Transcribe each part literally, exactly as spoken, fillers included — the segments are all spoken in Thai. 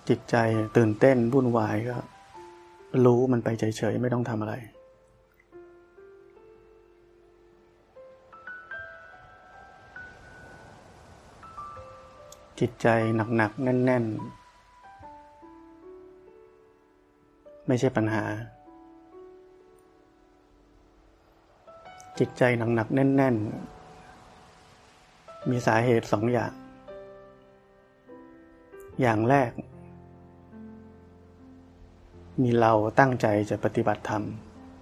จิตใจตื่นเต้นวุ่นวายก็รู้มันไปเฉยๆไม่ต้องทำอะไรจิตใจหนักๆแน่นๆไม่ใช่ปัญหาจิตใจหนักๆแน่นๆมีสาเหตุสองอย่างอย่างแรกมีเราตั้งใจจะปฏิบัติธรรม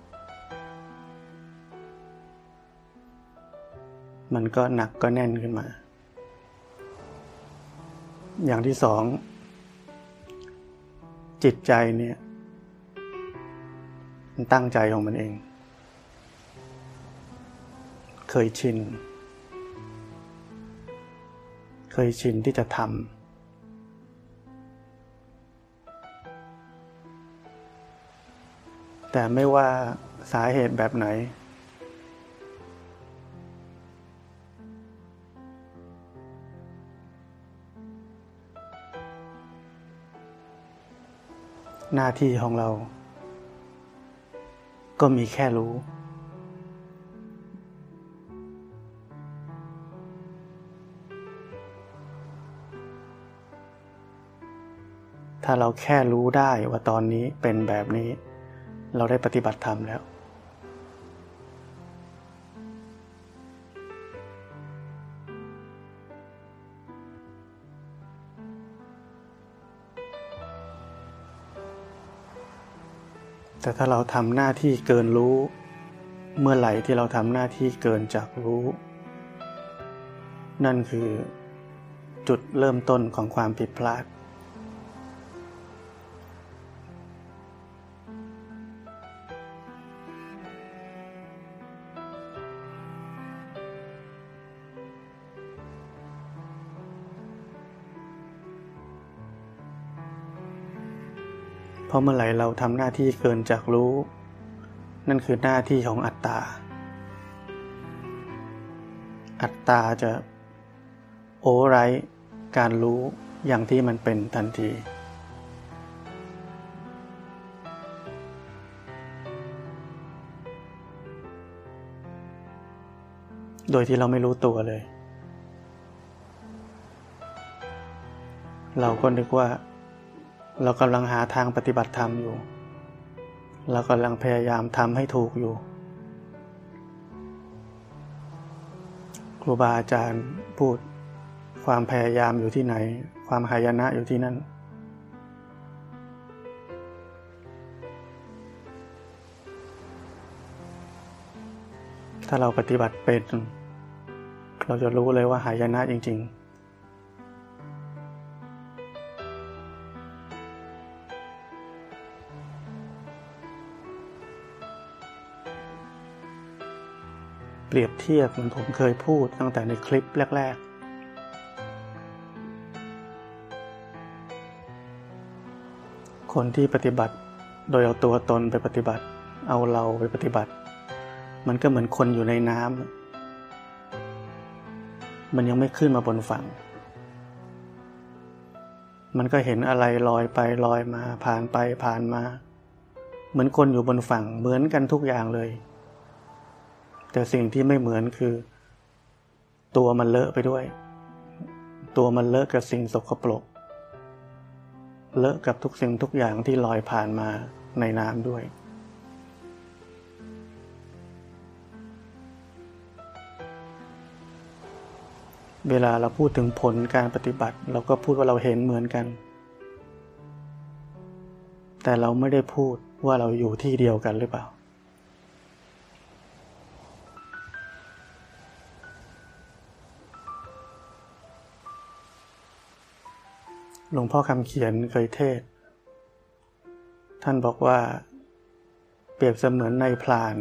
มันก็หนักก็แน่นขึ้นมาอย่างที่สองจิตใจเนี่ยมันตั้งใจของมันเองเคยชินเคยชินที่จะทำแต่ไม่ว่าสาเหตุแบบไหนหน้าที่ของเราก็มีแค่รู้ถ้าเราแค่รู้ได้ว่าตอนนี้เป็นแบบนี้เราได้ปฏิบัติธรรมแล้วแต่ถ้าเราทำหน้าที่เกินรู้เมื่อไหร่ที่เราทำหน้าที่เกินจากรู้นั่นคือจุดเริ่มต้นของความผิดพลาดเพราะเมื่อไหร่เราทำหน้าที่เกินจากรู้นั่นคือหน้าที่ของอัตตาอัตตาจะโอเวอร์ไรท์การรู้อย่างที่มันเป็นทันทีโดยที่เราไม่รู้ตัวเลยเราก็นึกว่าเรากำลังหาทางปฏิบัติธรรมอยู่เรากำลังพยายามทำให้ถูกอยู่ครูบาอาจารย์พูดความพยายามอยู่ที่ไหนความหายนะอยู่ที่นั่นถ้าเราปฏิบัติเป็นเราจะรู้เลยว่าหายนะจริงๆเปรียบเทียบเหมือนผมเคยพูดตั้งแต่ในคลิปแรกๆคนที่ปฏิบัติโดยเอาตัวตนไปปฏิบัติเอาเราไปปฏิบัติมันก็เหมือนคนอยู่ในน้ำมันยังไม่ขึ้นมาบนฝั่งมันก็เห็นอะไรลอยไปลอยมาผ่านไปผ่านมาเหมือนคนอยู่บนฝั่งเหมือนกันทุกอย่างเลยแต่สิ่งที่ไม่เหมือนคือตัวมันเลอะไปด้วยตัวมันเลอะกับสิ่งสกปรกเลอะกับทุกสิ่งทุกอย่างที่ลอยผ่านมาในน้ำด้วยเวลาเราพูดถึงผลการปฏิบัติเราก็พูดว่าเราเห็นเหมือนกันแต่เราไม่ได้พูดว่าเราอยู่ที่เดียวกันหรือเปล่าหลวงพ่อคำเขียนเคยเทศน์ท่านบอกว่าเปรียบเสมือนนายพราน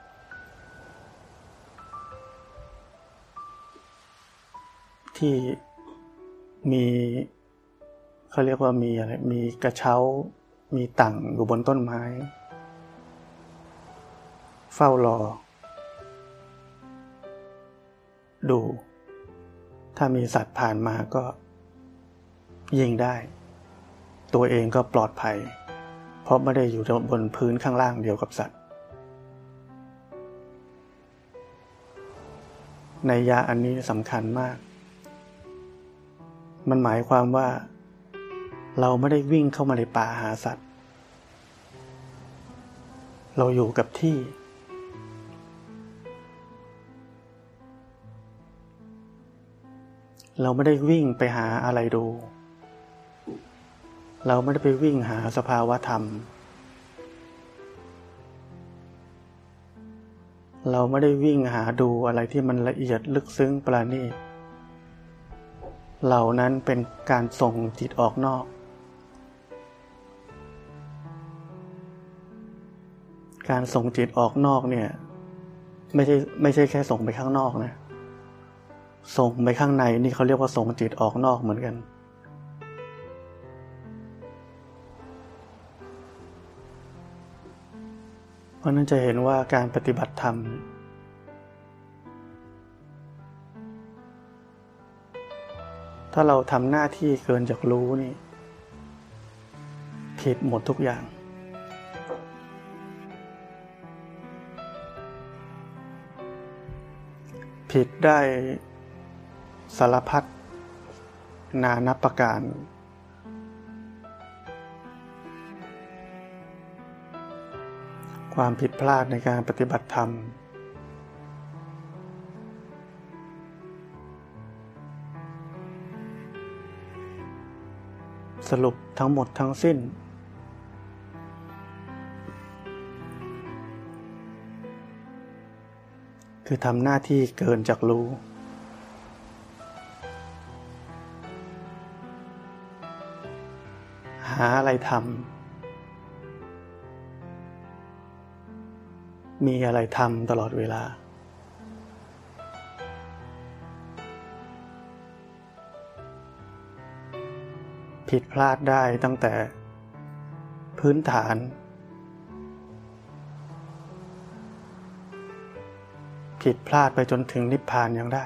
ที่มีเขาเรียกว่ามีอะไรมีกระเช้ามีตั่งอยู่บนต้นไม้เฝ้ารอดูถ้ามีสัตว์ผ่านมาก็ยิงได้ตัวเองก็ปลอดภัยเพราะไม่ได้อยู่บนพื้นข้างล่างเดียวกับสัตว์นัยยะอันนี้สำคัญมากมันหมายความว่าเราไม่ได้วิ่งเข้ามาในป่าหาสัตว์เราอยู่กับที่เราไม่ได้วิ่งไปหาอะไรดูเราไม่ได้ไปวิ่งหาสภาวะธรรมเราไม่ได้วิ่งหาดูอะไรที่มันละเอียดลึกซึ้งประณีตเหล่านั้นเป็นการส่งจิตออกนอกการส่งจิตออกนอกเนี่ยไม่ใช่ไม่ใช่แค่ส่งไปข้างนอกนะส่งไปข้างในนี่เขาเรียกว่าส่งจิตออกนอกเหมือนกันเพราะนั้นจะเห็นว่าการปฏิบัติธรรมถ้าเราทำหน้าที่เกินจากรู้นี่ผิดหมดทุกอย่างผิดได้สารพัดนานับประการความผิดพลาดในการปฏิบัติธรรมสรุปทั้งหมดทั้งสิ้นคือทำหน้าที่เกินจากรู้หาอะไรทำมีอะไรทำตลอดเวลาผิดพลาดได้ตั้งแต่พื้นฐานผิดพลาดไปจนถึงนิพพานยังได้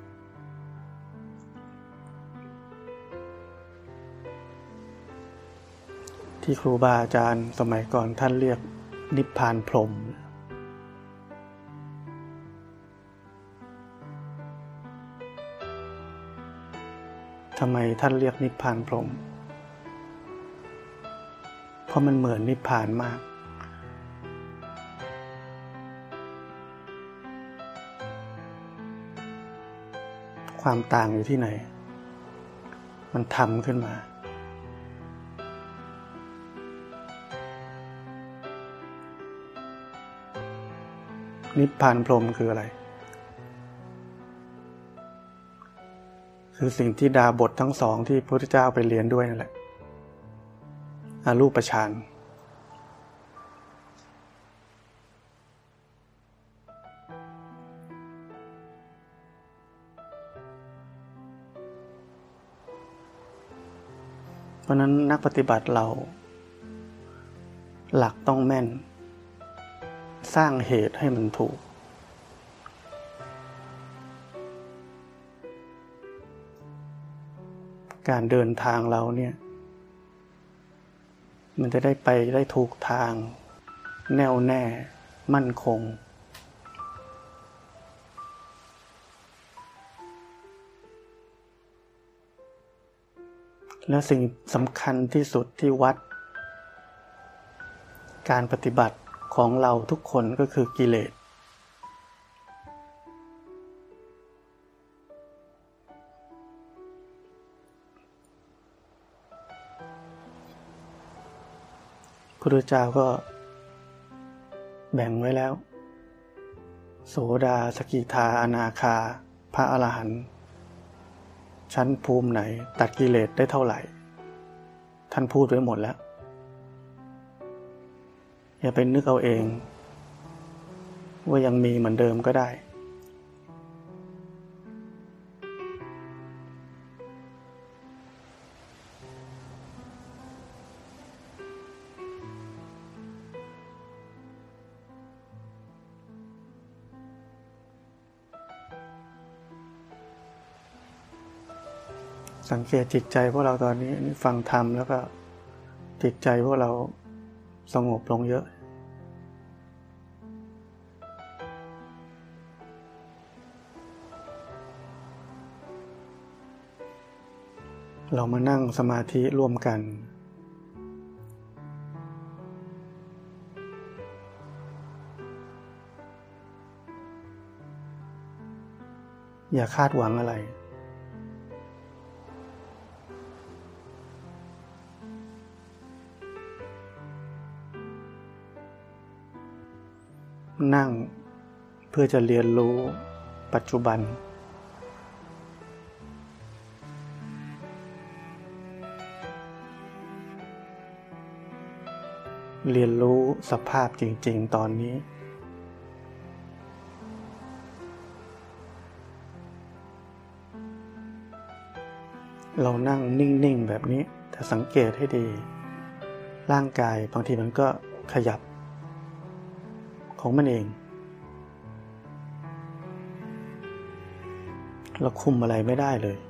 ที่ครูบาอาจารย์สมัยก่อนท่านเรียกนิพพานพรหมทำไมท่านเรียกนิพพานพรหมเพราะมันเหมือนนิพพานมากความต่างอยู่ที่ไหนมันทำขึ้นมานิพพานพรหมคืออะไรคือสิ่งที่ดาบททั้งสองที่พระพุทธเจ้าไปเรียนด้วยนั่นแหละอรูปฌานเพราะนั้นนักปฏิบัติเราหลักต้องแม่นสร้างเหตุให้มันถูกการเดินทางเราเนี่ยมันจะได้ไปได้ถูกทางแน่วแน่มั่นคงและสิ่งสำคัญที่สุดที่วัดการปฏิบัติของเราทุกคนก็คือกิเลสพระพุทธเจ้าก็แบ่งไว้แล้วโสดาสกิทาอนาคาพระอรหันต์ชั้นภูมิไหนตัดกิเลสได้เท่าไหร่ท่านพูดไว้หมดแล้วอย่าไปนึกเอาเองว่ายังมีเหมือนเดิมก็ได้สังเกตจิตใจพวกเราตอนนี้ฟังธรรมแล้วก็จิตใจพวกเราสงบลงเยอะเรามานั่งสมาธิร่วมกันอย่าคาดหวังอะไรนั่งเพื่อจะเรียนรู้ปัจจุบันเรียนรู้สภาพจริงๆตอนนี้เรานั่งนิ่งๆแบบนี้แต่สังเกตให้ดีร่างกายบางทีมันก็ขยับของมันเองเราคุมอะไรไม่ได้เลย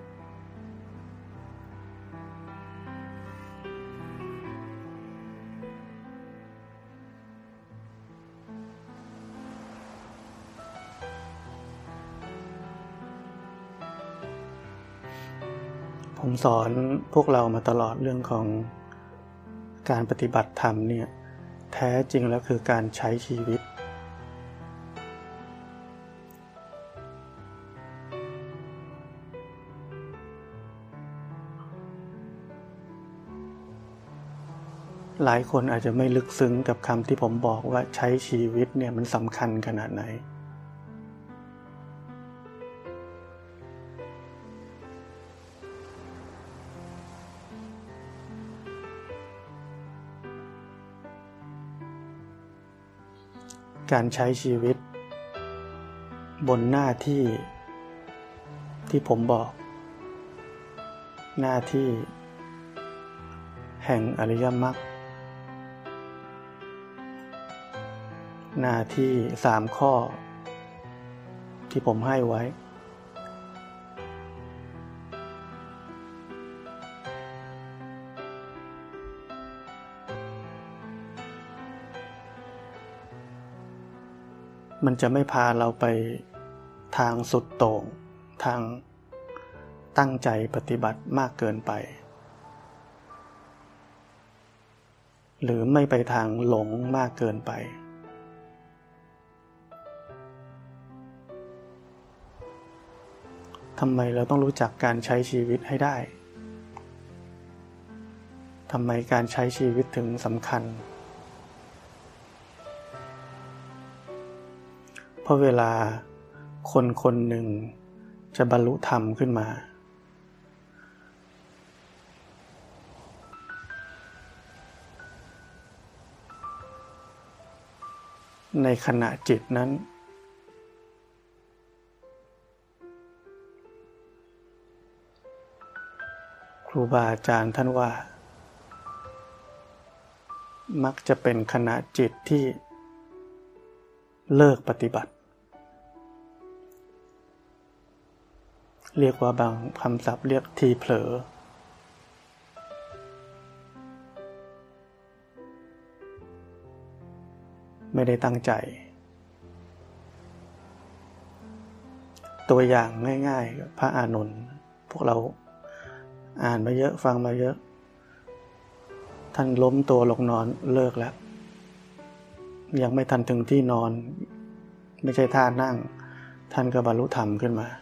ผมสอนพวกเรามาตลอดเรื่องของการปฏิบัติธรรมเนี่ยแท้จริงแล้วคือการใช้ชีวิตหลายคนอาจจะไม่ลึกซึ้งกับคำที่ผมบอกว่าใช้ชีวิตเนี่ยมันสำคัญขนาดไหนการใช้ชีวิตบนหน้าที่ที่ผมบอกหน้าที่แห่งอริยมรรคหน้าที่สามข้อที่ผมให้ไว้มันจะไม่พาเราไปทางสุดโต่งทางตั้งใจปฏิบัติมากเกินไปหรือไม่ไปทางหลงมากเกินไปทำไมเราต้องรู้จักการใช้ชีวิตให้ได้ทำไมการใช้ชีวิตถึงสำคัญเพราะเวลาคนคนหนึ่งจะบรรลุธรรมขึ้นมาในขณะจิตนั้นครูบาอาจารย์ท่านว่ามักจะเป็นขณะจิตที่เลิกปฏิบัติเรียกว่าบางคำศัพท์เรียกทีเผลอไม่ได้ตั้งใจตัวอย่างง่ายๆพระอานนท์พวกเราอ่านมาเยอะฟังมาเยอะท่านล้มตัวลงนอนเลิกแล้วยังไม่ทันถึงที่นอนไม่ใช่ท่านั่งท่านก็บรรลุธรรมขึ้นมา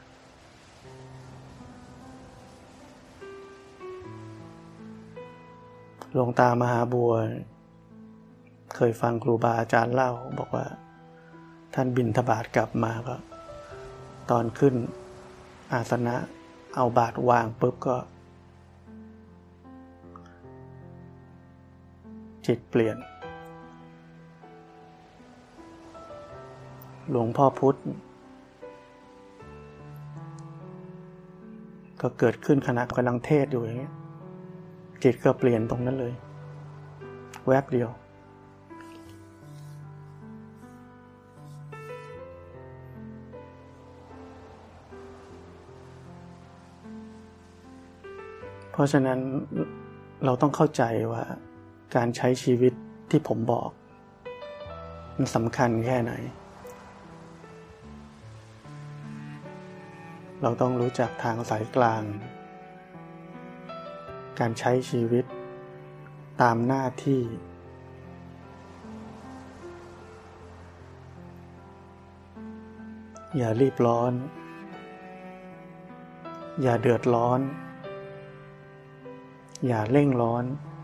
หลวงตามหาบัวเคยฟังครูบาอาจารย์เล่าบอกว่าท่านบิณฑบาตกลับมาก็ตอนขึ้นอาสนะเอาบาตรวางปุ๊บก็จิตเปลี่ยนหลวงพ่อพุธก็เกิดขึ้นขณะกำลังเทศอยู่อย่างนี้จิตก็เปลี่ยนตรงนั้นเลยแวบเดียวเพราะฉะนั้นเราต้องเข้าใจว่าการใช้ชีวิตที่ผมบอกมันสำคัญแค่ไหนเราต้องรู้จักทางสายกลางการใช้ชีวิตตามหน้าที่อย่ารีบร้อนอย่าเดือดร้อนอย่าเร่งร้อน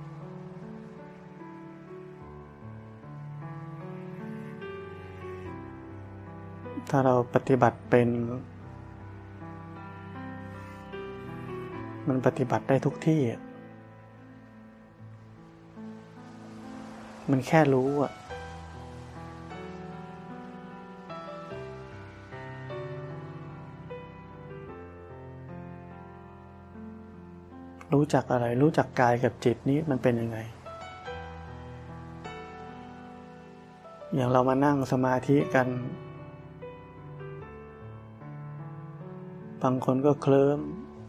ถ้าเราปฏิบัติเป็นมันปฏิบัติได้ทุกที่มันแค่รู้อ่ะรู้จักอะไรรู้จักกายกับจิตนี้มันเป็นยังไงอย่างเรามานั่งสมาธิกันบางคนก็เคลิ้ม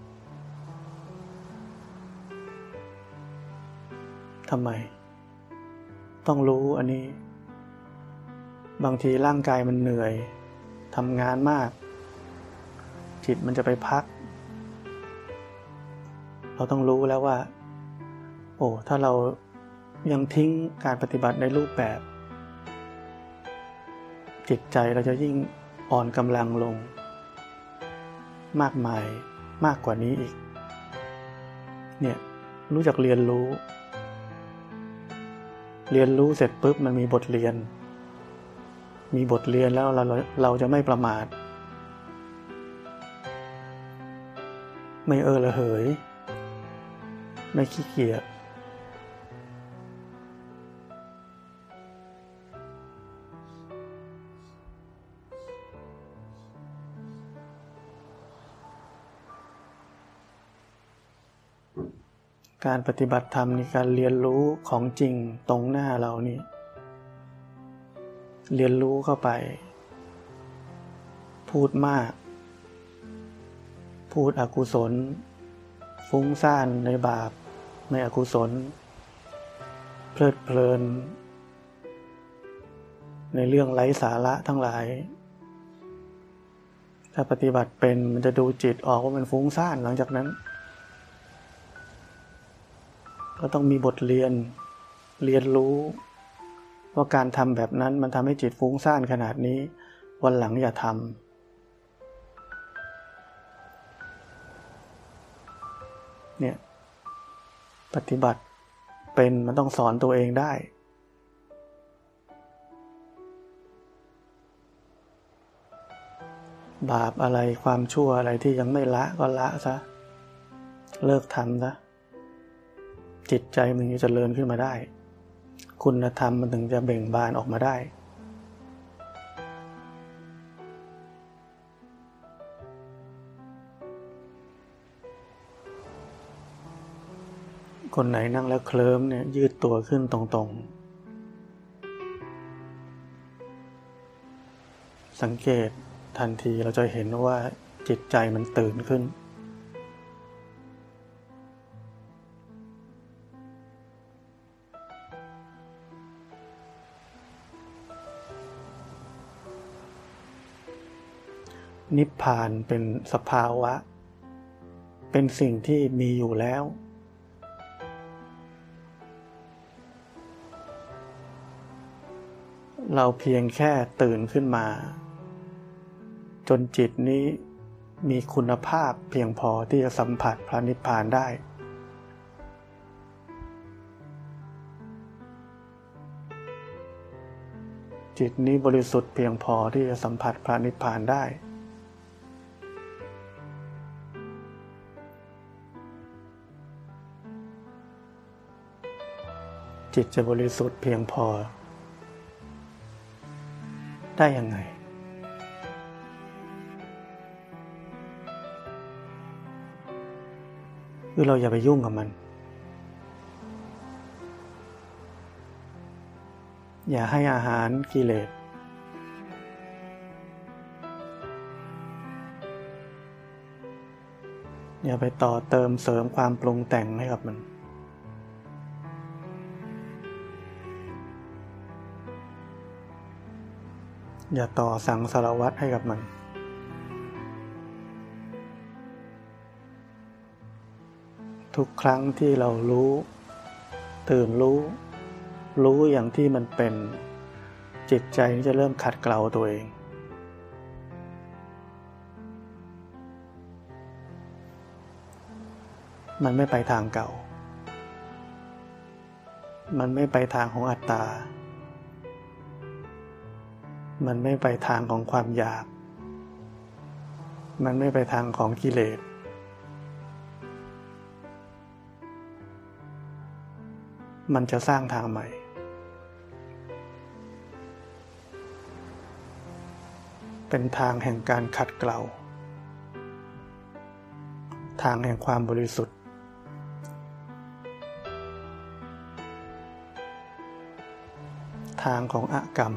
ทำไมต้องรู้อันนี้บางทีร่างกายมันเหนื่อยทำงานมากจิตมันจะไปพักเราต้องรู้แล้วว่าโอ้ถ้าเรายังทิ้งการปฏิบัติในรูปแบบจิตใจเราจะยิ่งอ่อนกำลังลงมากมายมากกว่านี้อีกเนี่ยรู้จักเรียนรู้เรียนรู้เสร็จปุ๊บมันมีบทเรียนมีบทเรียนแล้วเราเราจะไม่ประมาทไม่เออระเหยไม่ขี้เกียจการปฏิบัติธรรมในการเรียนรู้ของจริงตรงหน้าเรานี่เรียนรู้เข้าไปพูดมากพูดอกุศลฟุ้งซ่านในบาปในอกุศลเพลิดเพลินในเรื่องไร้สาระทั้งหลายถ้าปฏิบัติเป็นมันจะดูจิตออกว่ามันฟุ้งซ่านหลังจากนั้นก็ต้องมีบทเรียนเรียนรู้ว่าการทำแบบนั้นมันทำให้จิตฟุ้งซ่านขนาดนี้วันหลังอย่าทำเนี่ยปฏิบัติเป็นมันต้องสอนตัวเองได้บาปอะไรความชั่วอะไรที่ยังไม่ละก็ละซะเลิกทำซะจิตใจมึงจะเจริญขึ้นมาได้คุณธรรมมันถึงจะเบ่งบานออกมาได้คนไหนนั่งแล้วเคลิ้มเนี่ยยืดตัวขึ้นตรงๆสังเกตทันทีเราจะเห็นว่าจิตใจมันตื่นขึ้นนิพพานเป็นสภาวะเป็นสิ่งที่มีอยู่แล้วเราเพียงแค่ตื่นขึ้นมาจนจิตนี้มีคุณภาพเพียงพอที่จะสัมผัสพระนิพพานได้จิตนี้บริสุทธิ์เพียงพอที่จะสัมผัสพระนิพพานได้จิตจะบริสุทธิ์เพียงพอได้ยังไงคือเราอย่าไปยุ่งกับมันอย่าให้อาหารกิเลสอย่าไปต่อเติมเสริมความปรุงแต่งให้กับมันอย่าต่อสังสารวัฏให้กับมันทุกครั้งที่เรารู้ตื่นรู้รู้อย่างที่มันเป็นจิตใจจะเริ่มขัดเกลาตัวเองมันไม่ไปทางเก่ามันไม่ไปทางของอัตตามันไม่ไปทางของความอยากมันไม่ไปทางของกิเลสมันจะสร้างทางใหม่เป็นทางแห่งการขัดเกลาทางแห่งความบริสุทธิ์ทางของอกรรม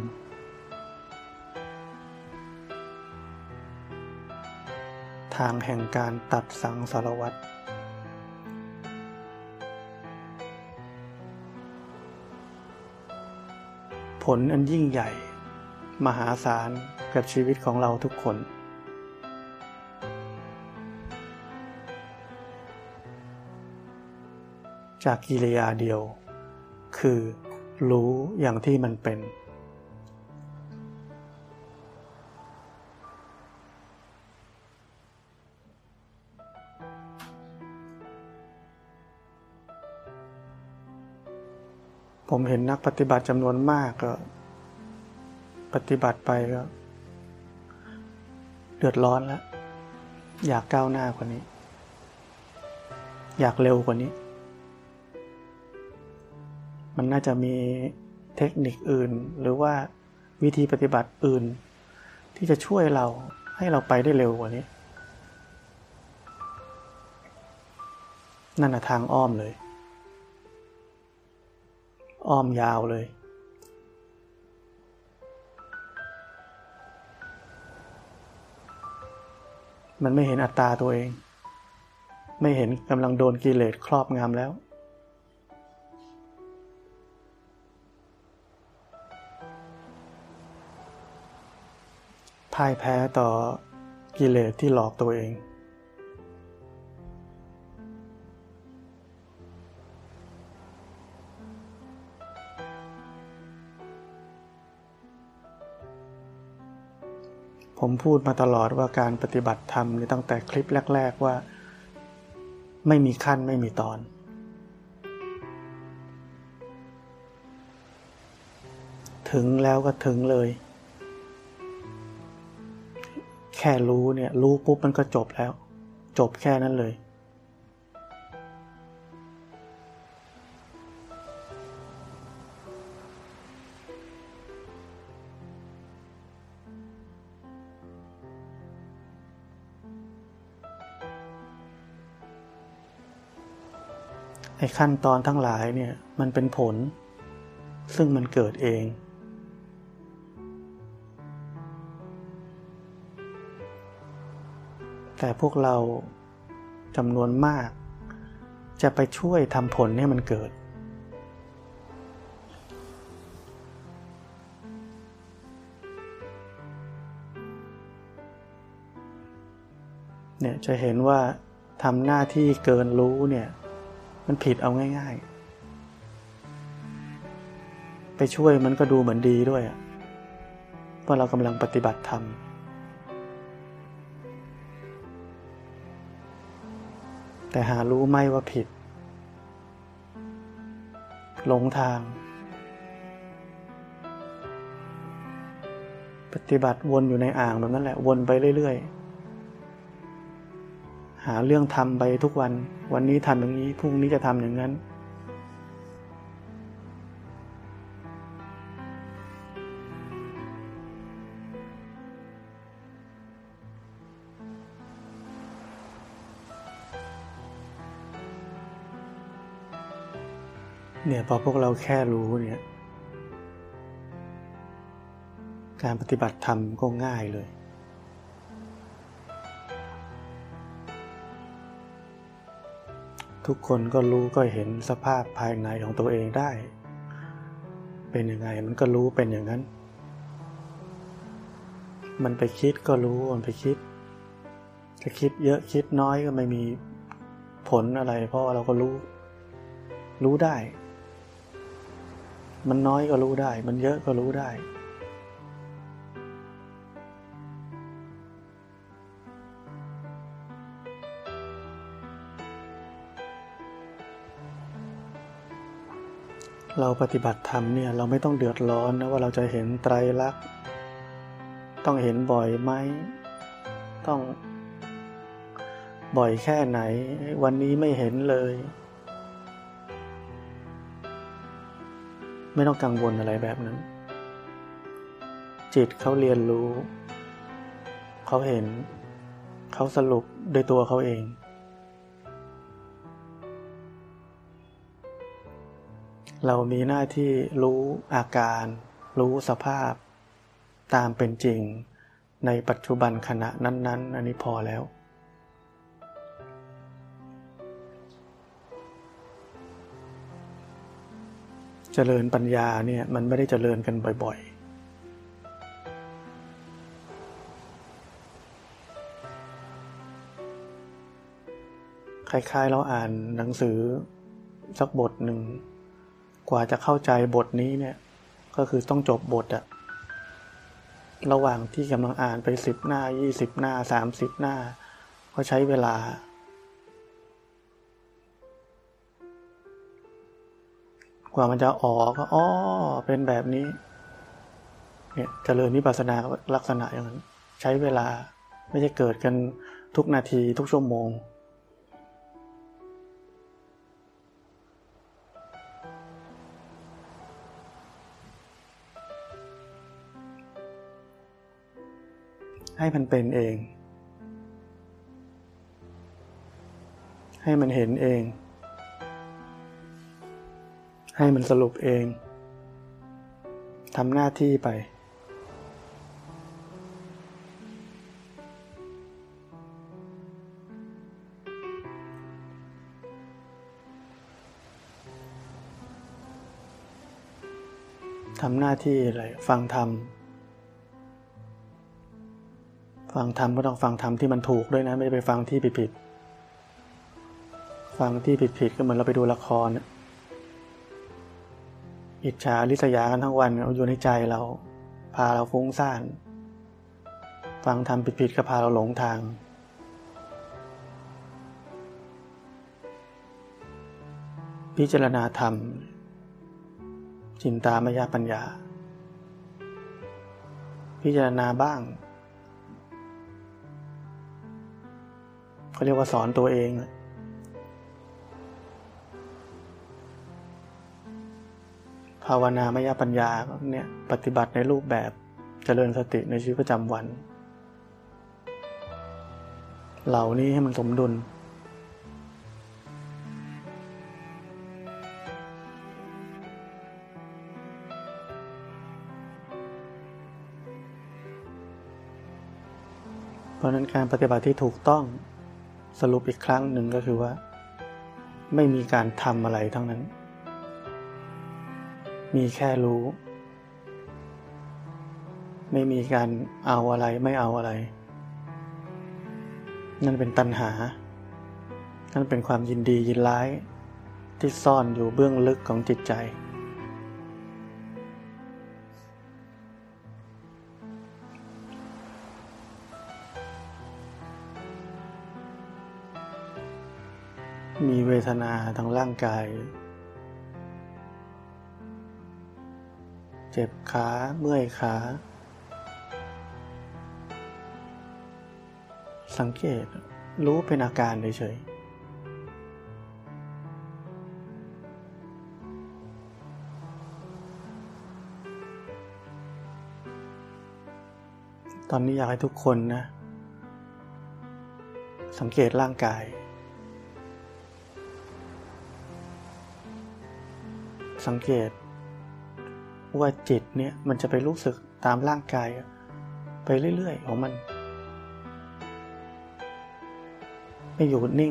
ทางแห่งการตัดสังสารวัฏผลอันยิ่งใหญ่มหาศาลกับชีวิตของเราทุกคนจากกิริยาเดียวคือรู้อย่างที่มันเป็นผมเห็นนักปฏิบัติจำนวนมากก็ปฏิบัติไปก็เดือดร้อนแล้วอยากก้าวหน้ากว่านี้อยากเร็วกว่านี้มันน่าจะมีเทคนิคอื่นหรือว่าวิธีปฏิบัติอื่นที่จะช่วยเราให้เราไปได้เร็วกว่านี้นั่นน่ะทางอ้อมเลยอ้อมยาวเลยมันไม่เห็นอัตตาตัวเองไม่เห็นกำลังโดนกิเลสครอบงำแล้วพ่ายแพ้ต่อกิเลสที่หลอกตัวเองผมพูดมาตลอดว่าการปฏิบัติธรรมนี่ตั้งแต่คลิปแรกๆว่าไม่มีขั้นไม่มีตอนถึงแล้วก็ถึงเลยแค่รู้เนี่ยรู้ปุ๊บมันก็จบแล้วจบแค่นั้นเลยไอ้ขั้นตอนทั้งหลายเนี่ยมันเป็นผลซึ่งมันเกิดเองแต่พวกเราจำนวนมากจะไปช่วยทำผลให้มันเกิดเนี่ยจะเห็นว่าทำหน้าที่เกินรู้เนี่ยมันผิดเอาง่ายๆไปช่วยมันก็ดูเหมือนดีด้วยว่าเรากำลังปฏิบัติธรรมแต่หารู้ไหมว่าผิดหลงทางปฏิบัติวนอยู่ในอ่างแบบนั้นแหละวนไปเรื่อยๆหาเรื่องทำไปทุกวันวันนี้ทำอย่างนี้พรุ่งนี้จะทำอย่างนั้นเนี่ยพอพวกเราแค่รู้เนี่ยการปฏิบัติธรรมก็ง่ายเลยทุกคนก็รู้ก็เห็นสภาพภายในของตัวเองได้เป็นยังไงมันก็รู้เป็นอย่างนั้นมันไปคิดก็รู้มันไปคิดจะคิดเยอะคิดน้อยก็ไม่มีผลอะไรเพราะเราก็รู้รู้ได้มันน้อยก็รู้ได้มันเยอะก็รู้ได้เราปฏิบัติธรรมเนี่ยเราไม่ต้องเดือดร้อนนะว่าเราจะเห็นไตรลักษณ์ต้องเห็นบ่อยไหมต้องบ่อยแค่ไหนวันนี้ไม่เห็นเลยไม่ต้องกังวลอะไรแบบนั้นจิตเขาเรียนรู้เขาเห็นเขาสรุปโดยตัวเขาเองเรามีหน้าที่รู้อาการรู้สภาพตามเป็นจริงในปัจจุบันขณะนั้นๆอันนี้พอแล้วเจริญปัญญาเนี่ยมันไม่ได้เจริญกันบ่อยๆคล้ายๆเราอ่านหนังสือสักบทหนึ่งกว่าจะเข้าใจบทนี้เนี่ยก็คือต้องจบบทอะระหว่างที่กำลังอ่านไปสิบหน้ายี่สิบหน้าสามสิบหน้าก็ใช้เวลากว่ามันจะออกก็อ๋อเป็นแบบนี้เนี่ยเจริญวิปัสสนาลักษณะอย่างนั้นใช้เวลาไม่ใช่เกิดกันทุกนาทีทุกชั่วโมงให้มันเป็นเองให้มันเห็นเองให้มันสรุปเองทำหน้าที่ไปทำหน้าที่อะไรฟังธรรมฟังธรรมก็ต้องฟังธรรมที่มันถูกด้วยนะไม่ได้ไปฟังที่ผิดๆฟังที่ผิดๆก็เหมือนเราไปดูละครอิจฉาริษยากันทั้งวันเอาอยู่ในใจเราพาเราฟุ้งซ่านฟังธรรมผิดๆก็พาเราหลงทางพิจารณาธรรมจินตามยปัญญาพิจารณาบ้างเขาเรียกว่าสอนตัวเองภาวนามยปัญญาเนี่ยปฏิบัติในรูปแบบเจริญสติในชีวิตประจำวันเหล่านี้ให้มันสมดุลเพราะนั้นการปฏิบัติที่ถูกต้องสรุปอีกครั้งหนึ่งก็คือว่าไม่มีการทำอะไรทั้งนั้นมีแค่รู้ไม่มีการเอาอะไรไม่เอาอะไรนั่นเป็นตัณหานั่นเป็นความยินดียินร้ายที่ซ่อนอยู่เบื้องลึกของจิตใจมีเวทนาทางร่างกายเจ็บขาเมื่อยขาสังเกตรู้เป็นอาการเฉยๆตอนนี้อยากให้ทุกคนนะสังเกตร่างกายสังเกตว่าจิตเนี่ยมันจะไปรู้สึกตามร่างกายไปเรื่อยๆของมันไม่อยู่นิ่ง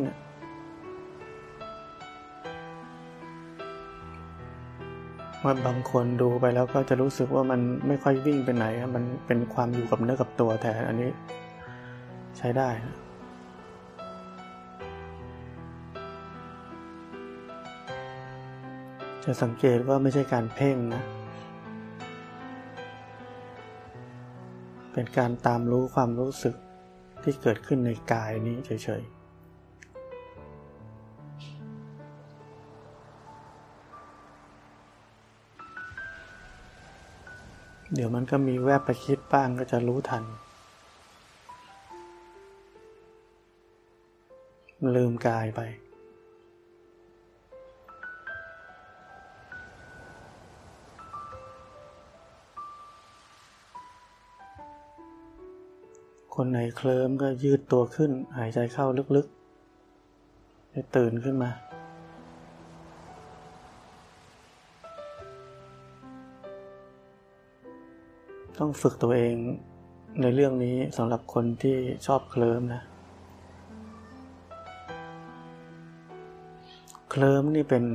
ว่าบางคนดูไปแล้วก็จะรู้สึกว่ามันไม่ค่อยวิ่งไปไหนมันเป็นความอยู่กับเนื้อกับตัวแทนอันนี้ใช้ได้จะสังเกตว่าไม่ใช่การเพ่งนะเป็นการตามรู้ความรู้สึกที่เกิดขึ้นในกายนี้เฉยๆเดี๋ยวมันก็มีแวบไปคิดบ้างก็จะรู้ทันลืมกายไปคนไหนเคลิ้มก็ยืดตัวขึ้นหายใจเข้าลึกๆให้ตื่นขึ้นมาต้องฝึกตัวเองในเรื่องนี้สำหรับคนที่ชอบเคลิ้มนะเคลิ้มนี่เป็น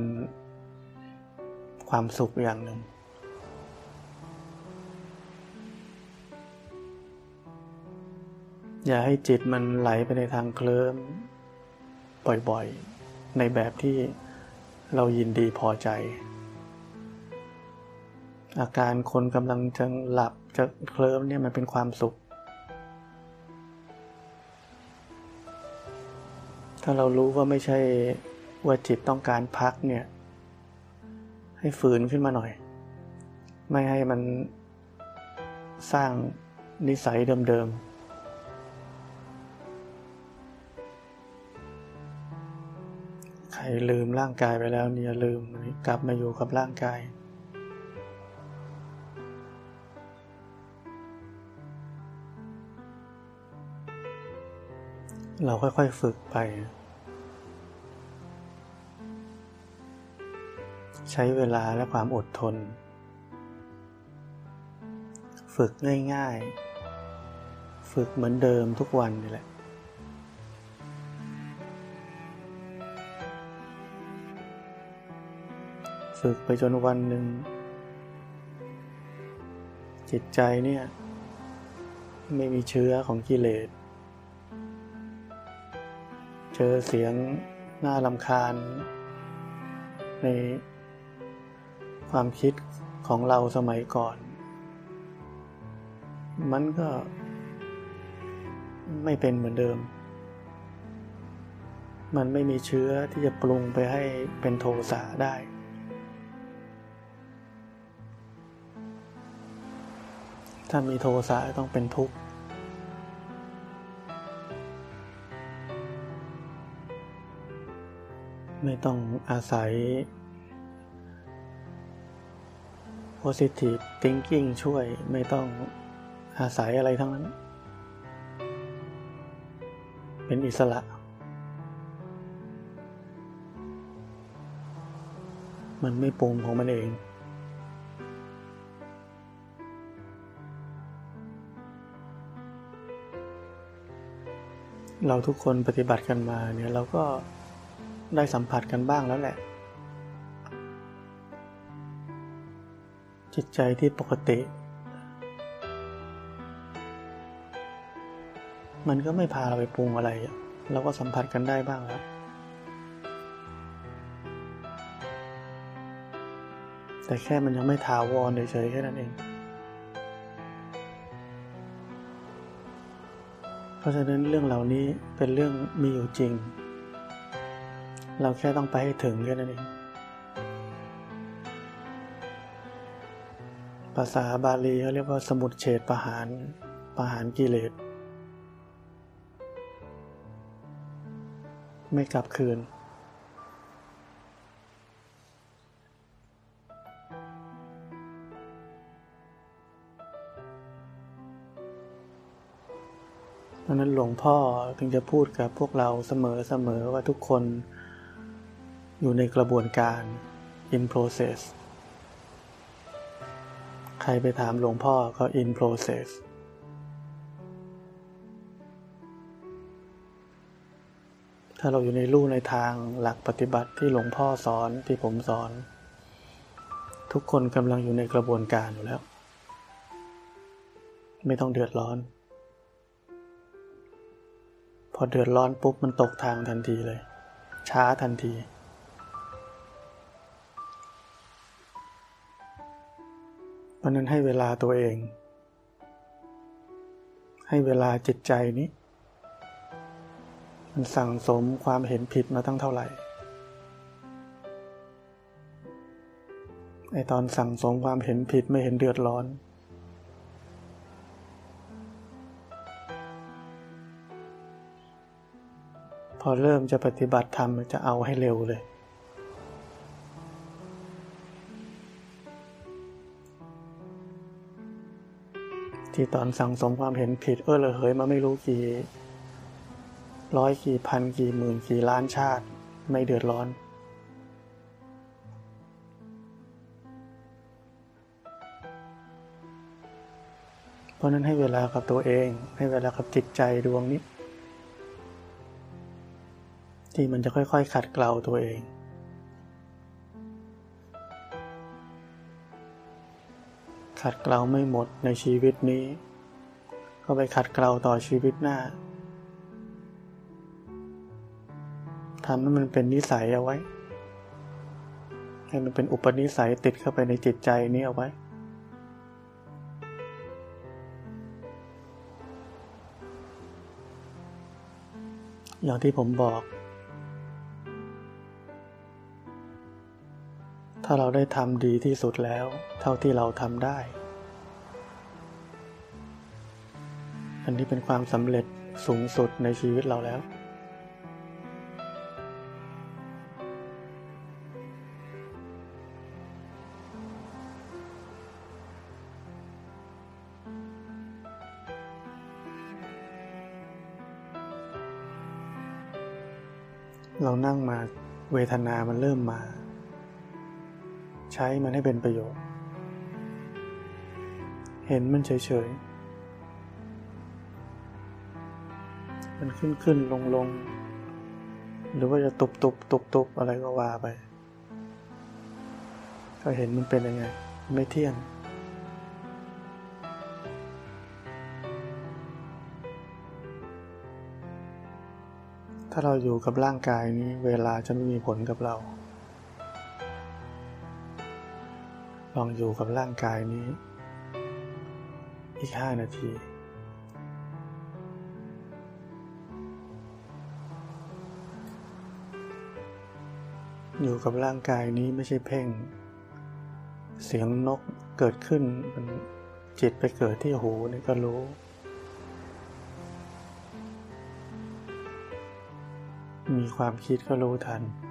ความสุขอย่างหนึ่งอย่าให้จิตมันไหลไปในทางเคลิ้มบ่อยๆในแบบที่เรายินดีพอใจอาการคนกำลังจะหลับจะเคลิ้มเนี่ยมันเป็นความสุขถ้าเรารู้ว่าไม่ใช่ว่าจิตต้องการพักเนี่ยให้ฝืนขึ้นมาหน่อยไม่ให้มันสร้างนิสัยเดิมๆใครลืมร่างกายไปแล้วเนี่ยลืมกลับมาอยู่กับร่างกายเราค่อยๆฝึกไปใช้เวลาและความอดทนฝึกง่ายๆฝึกเหมือนเดิมทุกวันนี่แหละฝึกไปจนวันหนึ่งจิตใจเนี่ยไม่มีเชื้อของกิเลสเจอเสียงน่ารำคาญในความคิดของเราสมัยก่อนมันก็ไม่เป็นเหมือนเดิมมันไม่มีเชื้อที่จะปรุงไปให้เป็นโทสะได้ถ้ามีโทสะต้องเป็นทุกข์ไม่ต้องอาศัย positive thinking ช่วยไม่ต้องอาศัยอะไรทั้งนั้นเป็นอิสระมันไม่ปรุงของมันเองเราทุกคนปฏิบัติกันมาเนี่ยเราก็ได้สัมผัสกันบ้างแล้วแหละจิตใจที่ปกติมันก็ไม่พาเราไปปรุงอะไรเราก็สัมผัสกันได้บ้างแล้วแต่แค่มันยังไม่ถาวรเฉยๆแค่นั้นเองเพราะฉะนั้นเรื่องเหล่านี้เป็นเรื่องมีอยู่จริงเราแค่ต้องไปให้ถึงแค่นั้นเองภาษาบาลีเขาเรียกว่าสมุจเฉทประหารประหารกิเลสไม่กลับคืนเพราะนั้นหลวงพ่อถึงจะพูดกับพวกเราเสมอๆว่าทุกคนอยู่ในกระบวนการ in process ใครไปถามหลวงพ่อก็ in process ถ้าเราอยู่ในลู่ในทางหลักปฏิบัติที่หลวงพ่อสอนที่ผมสอนทุกคนกำลังอยู่ในกระบวนการอยู่แล้วไม่ต้องเดือดร้อนพอเดือดร้อนปุ๊บมันตกทางทันทีเลยช้าทันทีเพราะนั้นให้เวลาตัวเองให้เวลาจิตใจนี้มันสั่งสมความเห็นผิดมาตั้งเท่าไหร่ไอตอนสั่งสมความเห็นผิดไม่เห็นเดือดร้อนพอเริ่มจะปฏิบัติธรรมจะเอาให้เร็วเลยที่ตอนสั่งสมความเห็นผิดเออเลยเฮ้ยมาไม่รู้กี่ร้อยกี่พันกี่หมื่นกี่ล้านชาติไม่เดือดร้อนเพราะนั้นให้เวลากับตัวเองให้เวลากับจิตใจดวงนี้ที่มันจะค่อยๆขัดเกลาตัวเองขัดเกลาไม่หมดในชีวิตนี้ก็ไปขัดเกลาต่อชีวิตหน้าทำให้มันเป็นนิสัยเอาไว้ให้มันเป็นอุปนิสัยติดเข้าไปในจิตใจนี้เอาไว้อย่างที่ผมบอกถ้าเราได้ทำดีที่สุดแล้วเท่าที่เราทำได้อันนี้เป็นความสำเร็จสูงสุดในชีวิตเราแล้วเรานั่งมาเวทนามันเริ่มมาใช้มันให้เป็นประโยชน์เห็นมันเฉยๆมันขึ้นขึ้นลงลงหรือว่าจะตุบตุบตุบตุบอะไรก็ว่าไปก็เห็นมันเป็นยังไงไม่เที่ยงถ้าเราอยู่กับร่างกายนี้เวลาจะไม่มีผลกับเราลองอยู่กับร่างกายนี้อีกห้านาทีอยู่กับร่างกายนี้ไม่ใช่เพ่งเสียงนกเกิดขึ้นมันจิตไปเกิดที่หูนี่ก็รู้มีความคิดก็รู้ทัน